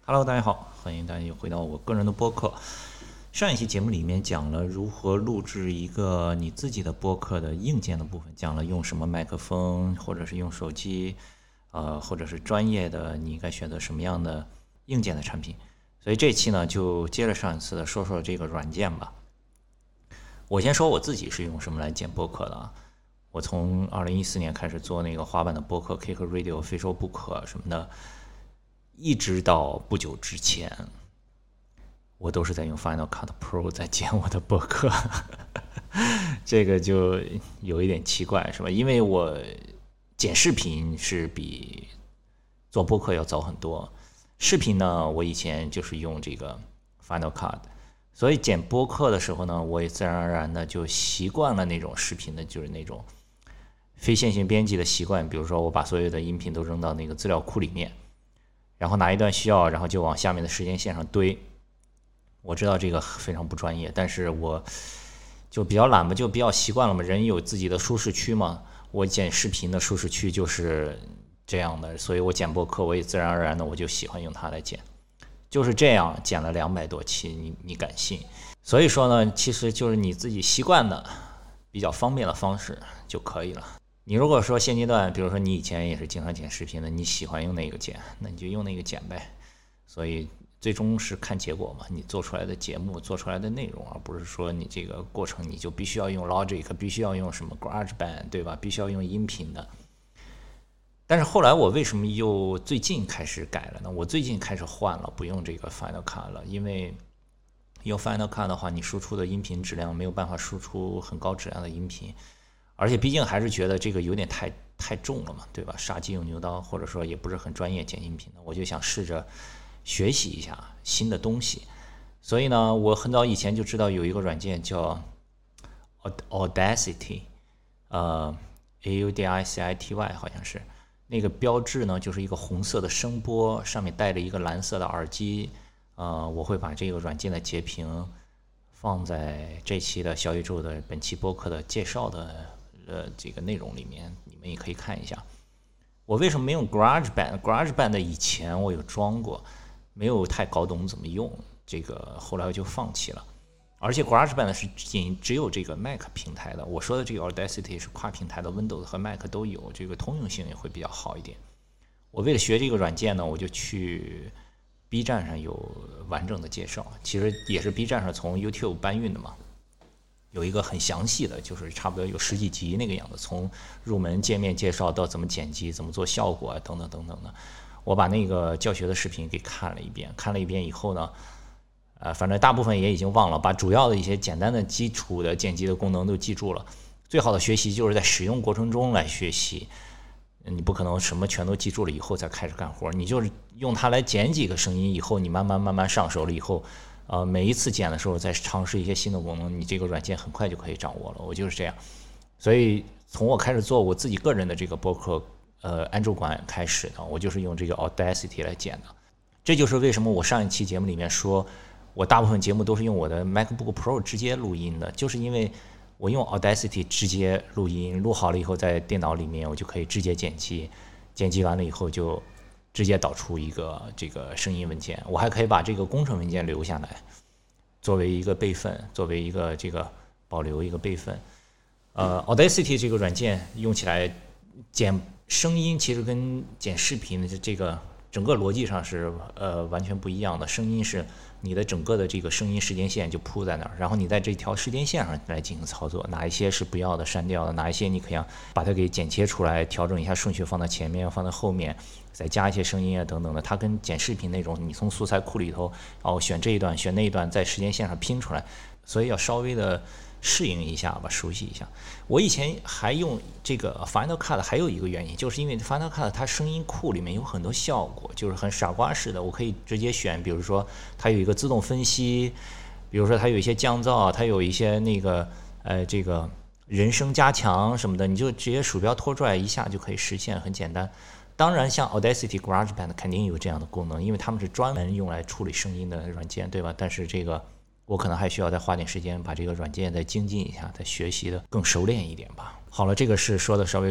Hello，大家好，欢迎大家又回到我个人的播客。上一期节目里面讲了如何录制一个你自己的播客的硬件的部分，讲了用什么麦克风，或者是用手机，或者是专业的，你应该选择什么样的硬件的产品。所以这期呢，就接着上一次的说说这个软件吧。我先说我自己是用什么来剪播客的啊。我从2014年开始做那个滑板的播客 Kick Radio、Facebook 什么的。一直到不久之前，我都是在用 Final Cut Pro 在剪我的播客，这个就有一点奇怪，是吧？因为我剪视频是比做播客要早很多。视频呢，我以前就是用这个 Final Cut， 所以剪播客的时候呢，我也自然而然的就习惯了那种视频的，就是那种非线性编辑的习惯。比如说，我把所有的音频都扔到那个资料库里面。然后哪一段需要，然后就往下面的时间线上堆。我知道这个非常不专业，但是我就比较懒嘛，就比较习惯了嘛。人有自己的舒适区嘛，我剪视频的舒适区就是这样的，所以我剪播客我也自然而然的我就喜欢用它来剪，就是这样剪了200多期，你敢信？所以说呢，其实就是你自己习惯的比较方便的方式就可以了。你如果说现阶段，比如说你以前也是经常剪视频的，你喜欢用那个剪，那你就用那个剪呗。所以最终是看结果嘛，你做出来的节目，做出来的内容，而不是说你这个过程你就必须要用 Logic， 必须要用什么 GarageBand， 对吧？必须要用音频的。但是后来我为什么又最近开始改了呢？我最近开始换了，不用这个 Final Cut 了，因为用 Final Cut 的话，你输出的音频质量没有办法输出很高质量的音频。而且毕竟还是觉得这个有点太重了嘛，对吧？杀鸡用牛刀，或者说也不是很专业剪音频的，我就想试着学习一下新的东西。所以呢，我很早以前就知道有一个软件叫 Audacity，Audicity 好像是。那个标志呢，就是一个红色的声波，上面带着一个蓝色的耳机。我会把这个软件的截屏放在这期的小宇宙的本期播客的介绍的这个内容里面，你们也可以看一下。我为什么没用 GarageBand？GarageBand 的以前我有装过，没有太搞懂怎么用，这个后来我就放弃了。而且 GarageBand 是只有这个 Mac 平台的，我说的这个 Audacity 是跨平台的 Windows 和 Mac 都有，这个通用性也会比较好一点。我为了学这个软件呢，我就去 B 站上有完整的介绍，其实也是 B 站上从 YouTube 搬运的嘛。有一个很详细的，就是差不多有10几集那个样子，从入门界面介绍到怎么剪辑、怎么做效果等等等等的。我把那个教学的视频给看了一遍，看了一遍以后呢，反正大部分也已经忘了，把主要的一些简单的基础的剪辑的功能都记住了。最好的学习就是在使用过程中来学习，你不可能什么全都记住了以后再开始干活，你就是用它来剪几个声音以后，你慢慢上手了以后。每一次剪的时候再尝试一些新的功能，你这个软件很快就可以掌握了。我就是这样，所以从我开始做我自己个人的这个播客安卓馆开始呢，我就是用这个 Audacity 来剪的。这就是为什么我上一期节目里面说我大部分节目都是用我的 MacBook Pro 直接录音的，就是因为我用 Audacity 直接录音，录好了以后在电脑里面我就可以直接剪辑，剪辑完了以后就直接导出一个这个声音文件，我还可以把这个工程文件留下来，作为一个备份，作为一个这个保留一个备份。Audacity 这个软件用起来剪声音其实跟剪视频的这个整个逻辑上是完全不一样的。声音是你的整个的这个声音时间线就铺在那儿，然后你在这条时间线上来进行操作，哪一些是不要的删掉的，哪一些你可以把它给剪切出来，调整一下顺序，放在前面放在后面，再加一些声音啊等等的。它跟剪视频那种你从素材库里头选这一段选那一段在时间线上拼出来，所以要稍微的适应一下吧，熟悉一下。我以前还用这个 Final Cut 还有一个原因，就是因为 Final Cut 它声音库里面有很多效果，就是很傻瓜式的，我可以直接选，比如说它有一个自动分析，比如说它有一些降噪，它有一些那个这个人声加强什么的，你就直接鼠标拖拽一下就可以实现，很简单。当然像 Audacity、GarageBand 肯定有这样的功能，因为他们是专门用来处理声音的软件，对吧？但是这个我可能还需要再花点时间把这个软件再精进一下，再学习的更熟练一点吧。好了，这个是说的稍微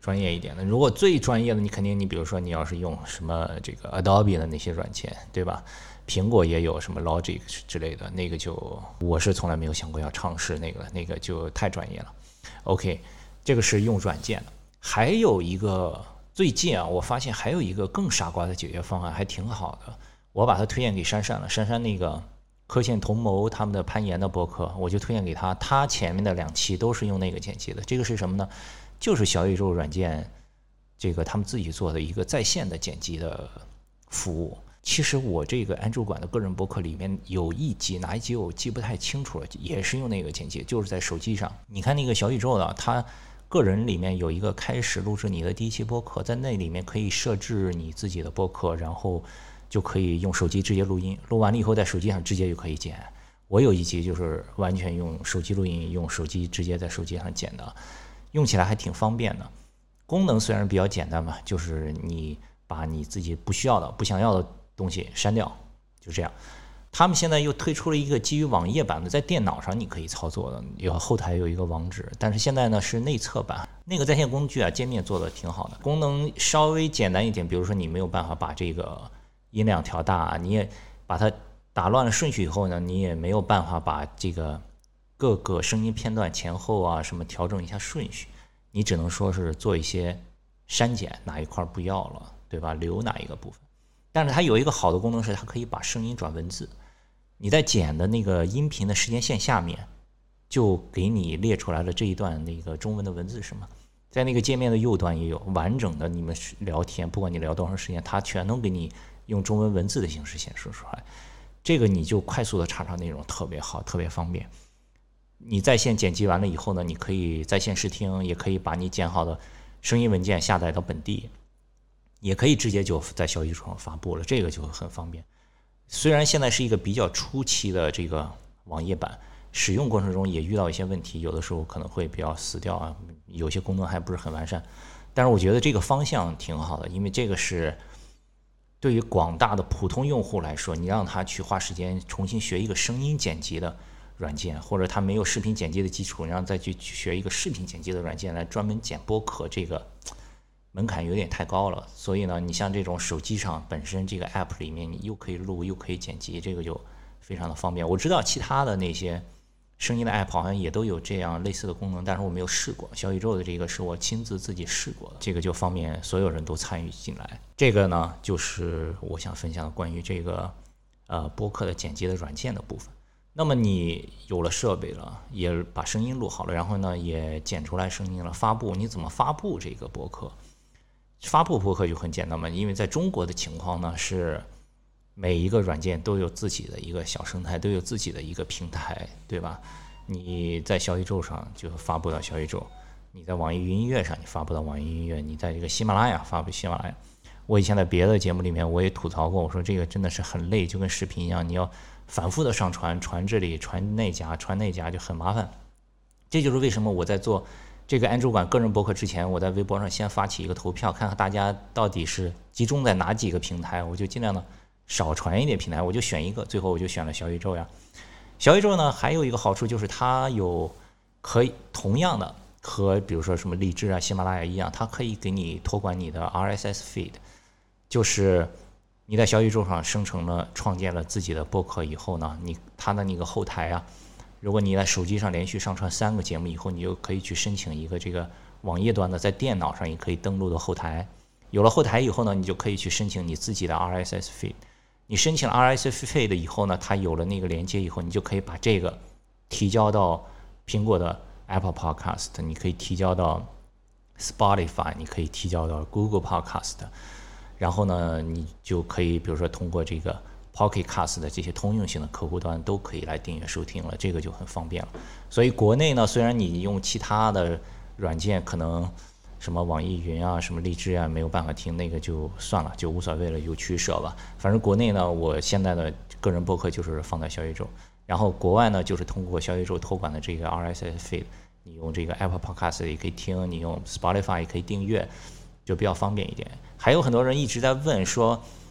专业一点的。如果最专业的，你肯定你比如说你要是用什么这个 Adobe 的那些软件，对吧？苹果也有什么 Logic 之类的，那个就我是从来没有想过要尝试那个就太专业了。OK， 这个是用软件的。还有一个最近啊，我发现还有一个更傻瓜的解决方案，还挺好的。我把它推荐给珊珊了，珊珊那个科线同谋他们的攀岩的播客，我就推荐给他。他前面的2期都是用那个剪辑的。这个是什么呢？就是小宇宙软件，这个他们自己做的一个在线的剪辑的服务。其实我这个安卓馆的个人播客里面有一集，哪一集我记不太清楚了，也是用那个剪辑，就是在手机上。你看那个小宇宙的，它个人里面有一个开始录制你的第1期播客，在那里面可以设置你自己的播客，然后就可以用手机直接录音，录完了以后在手机上直接就可以剪。我有一集就是完全用手机录音，用手机直接在手机上剪的，用起来还挺方便的。功能虽然比较简单嘛，就是你把你自己不需要的、不想要的东西删掉，就这样。他们现在又推出了一个基于网页版的，在电脑上你可以操作的，有后台有一个网址，但是现在呢是内测版。那个在线工具啊，界面做的挺好的，功能稍微简单一点，比如说你没有办法把这个音量调大，你也把它打乱了顺序以后呢，你也没有办法把这个各个声音片段前后啊什么调整一下顺序，你只能说是做一些删减，哪一块不要了，对吧？留哪一个部分。但是它有一个好的功能是，它可以把声音转文字。你在剪的那个音频的时间线下面，就给你列出来了这一段那个中文的文字是吗？在那个界面的右端也有完整的，你们聊天，不管你聊多长时间，它全都给你用中文文字的形式显示出来。这个你就快速的查找内容，特别好，特别方便。你在线剪辑完了以后呢，你可以在线试听，也可以把你剪好的声音文件下载到本地，也可以直接就在小宇宙上发布了，这个就很方便。虽然现在是一个比较初期的这个网页版，使用过程中也遇到一些问题，有的时候可能会比较死掉啊，有些功能还不是很完善。但是我觉得这个方向挺好的，因为这个是对于广大的普通用户来说，你让他去花时间重新学一个声音剪辑的软件，或者他没有视频剪辑的基础，然后再去学一个视频剪辑的软件来专门剪播客，这个门槛有点太高了。所以呢，你像这种手机上本身这个 app 里面，你又可以录又可以剪辑，这个就非常的方便。我知道其他的那些声音的 app 好像也都有这样类似的功能，但是我没有试过。小宇宙的这个是我亲自自己试过的，这个就方便所有人都参与进来。这个呢，就是我想分享的关于这个播客的剪辑的软件的部分。那么你有了设备了，也把声音录好了，然后呢也剪出来声音了，发布，你怎么发布这个播客？发布播客就很简单嘛，因为在中国的情况呢是每一个软件都有自己的一个小生态，都有自己的一个平台，对吧？你在小宇宙上就发布到小宇宙，你在网易云音乐上你发布到网易云音乐，你在这个喜马拉雅发布喜马拉雅。我以前在别的节目里面我也吐槽过，我说这个真的是很累，就跟视频一样，你要反复的上传，传这里传那家传那家就很麻烦。这就是为什么我在做这个安卓馆个人博客之前，我在微博上先发起一个投票，看看大家到底是集中在哪几个平台，我就尽量的少传一点平台，我就选一个，最后我就选了小宇宙呀。小宇宙呢还有一个好处就是它有可以同样的和比如说什么荔枝啊、喜马拉雅一样，它可以给你托管你的 RSS feed， 就是你在小宇宙上生成了创建了自己的播客以后呢，它的那个后台啊，如果你在手机上连续上传3个节目以后，你就可以去申请一个这个网页端的，在电脑上也可以登录的后台。有了后台以后呢，你就可以去申请你自己的 RSS feed。你申请了 RSS feed 以后呢，它有了那个连接以后，你就可以把这个提交到苹果的 Apple Podcast， 你可以提交到 Spotify， 你可以提交到 Google Podcast， 然后呢，你就可以比如说通过这个Pocket Cast 的这些通用型的客户端都可以来订阅收听了，这个就很方便了。所以国内呢，虽然你用其他的软件，可能什么网易云啊、什么荔枝啊没有办法听，那个就算了，就无所谓了，有取舍吧。反正国内呢，我现在的个人播客就是放在小宇宙，然后国外呢就是通过小宇宙托管的这个 RSS feed， 你用这个 Apple Podcast 也可以听，你用 Spotify 也可以订阅，就比较方便一点。还有很多人一直在问说，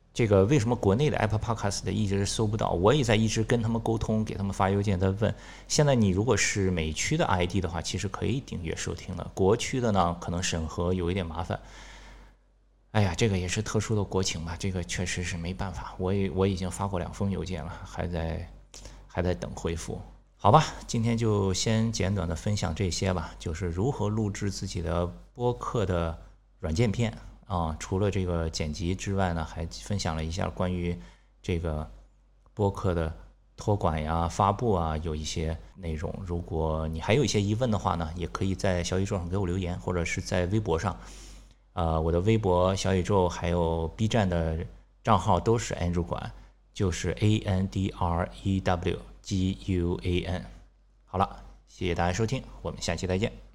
这个为什么国内的 Apple Podcast 一直搜不到？我也在一直跟他们沟通，给他们发邮件在问。现在你如果是美区的 ID 的话，其实可以订阅收听的。国区的呢，可能审核有一点麻烦。哎呀，这个也是特殊的国情吧，这个确实是没办法。我已经发过2封邮件了，还在等回复。好吧，今天就先简短的分享这些吧，就是如何录制自己的播客的软件片啊。除了这个剪辑之外呢，还分享了一下关于这个播客的托管呀、发布啊，有一些内容。如果你还有一些疑问的话呢，也可以在小宇宙上给我留言，或者是在微博上。我的微博、小宇宙还有 B 站的账号都是 Andrew 管，就是 ANDREWGUAN。好了，谢谢大家收听，我们下期再见。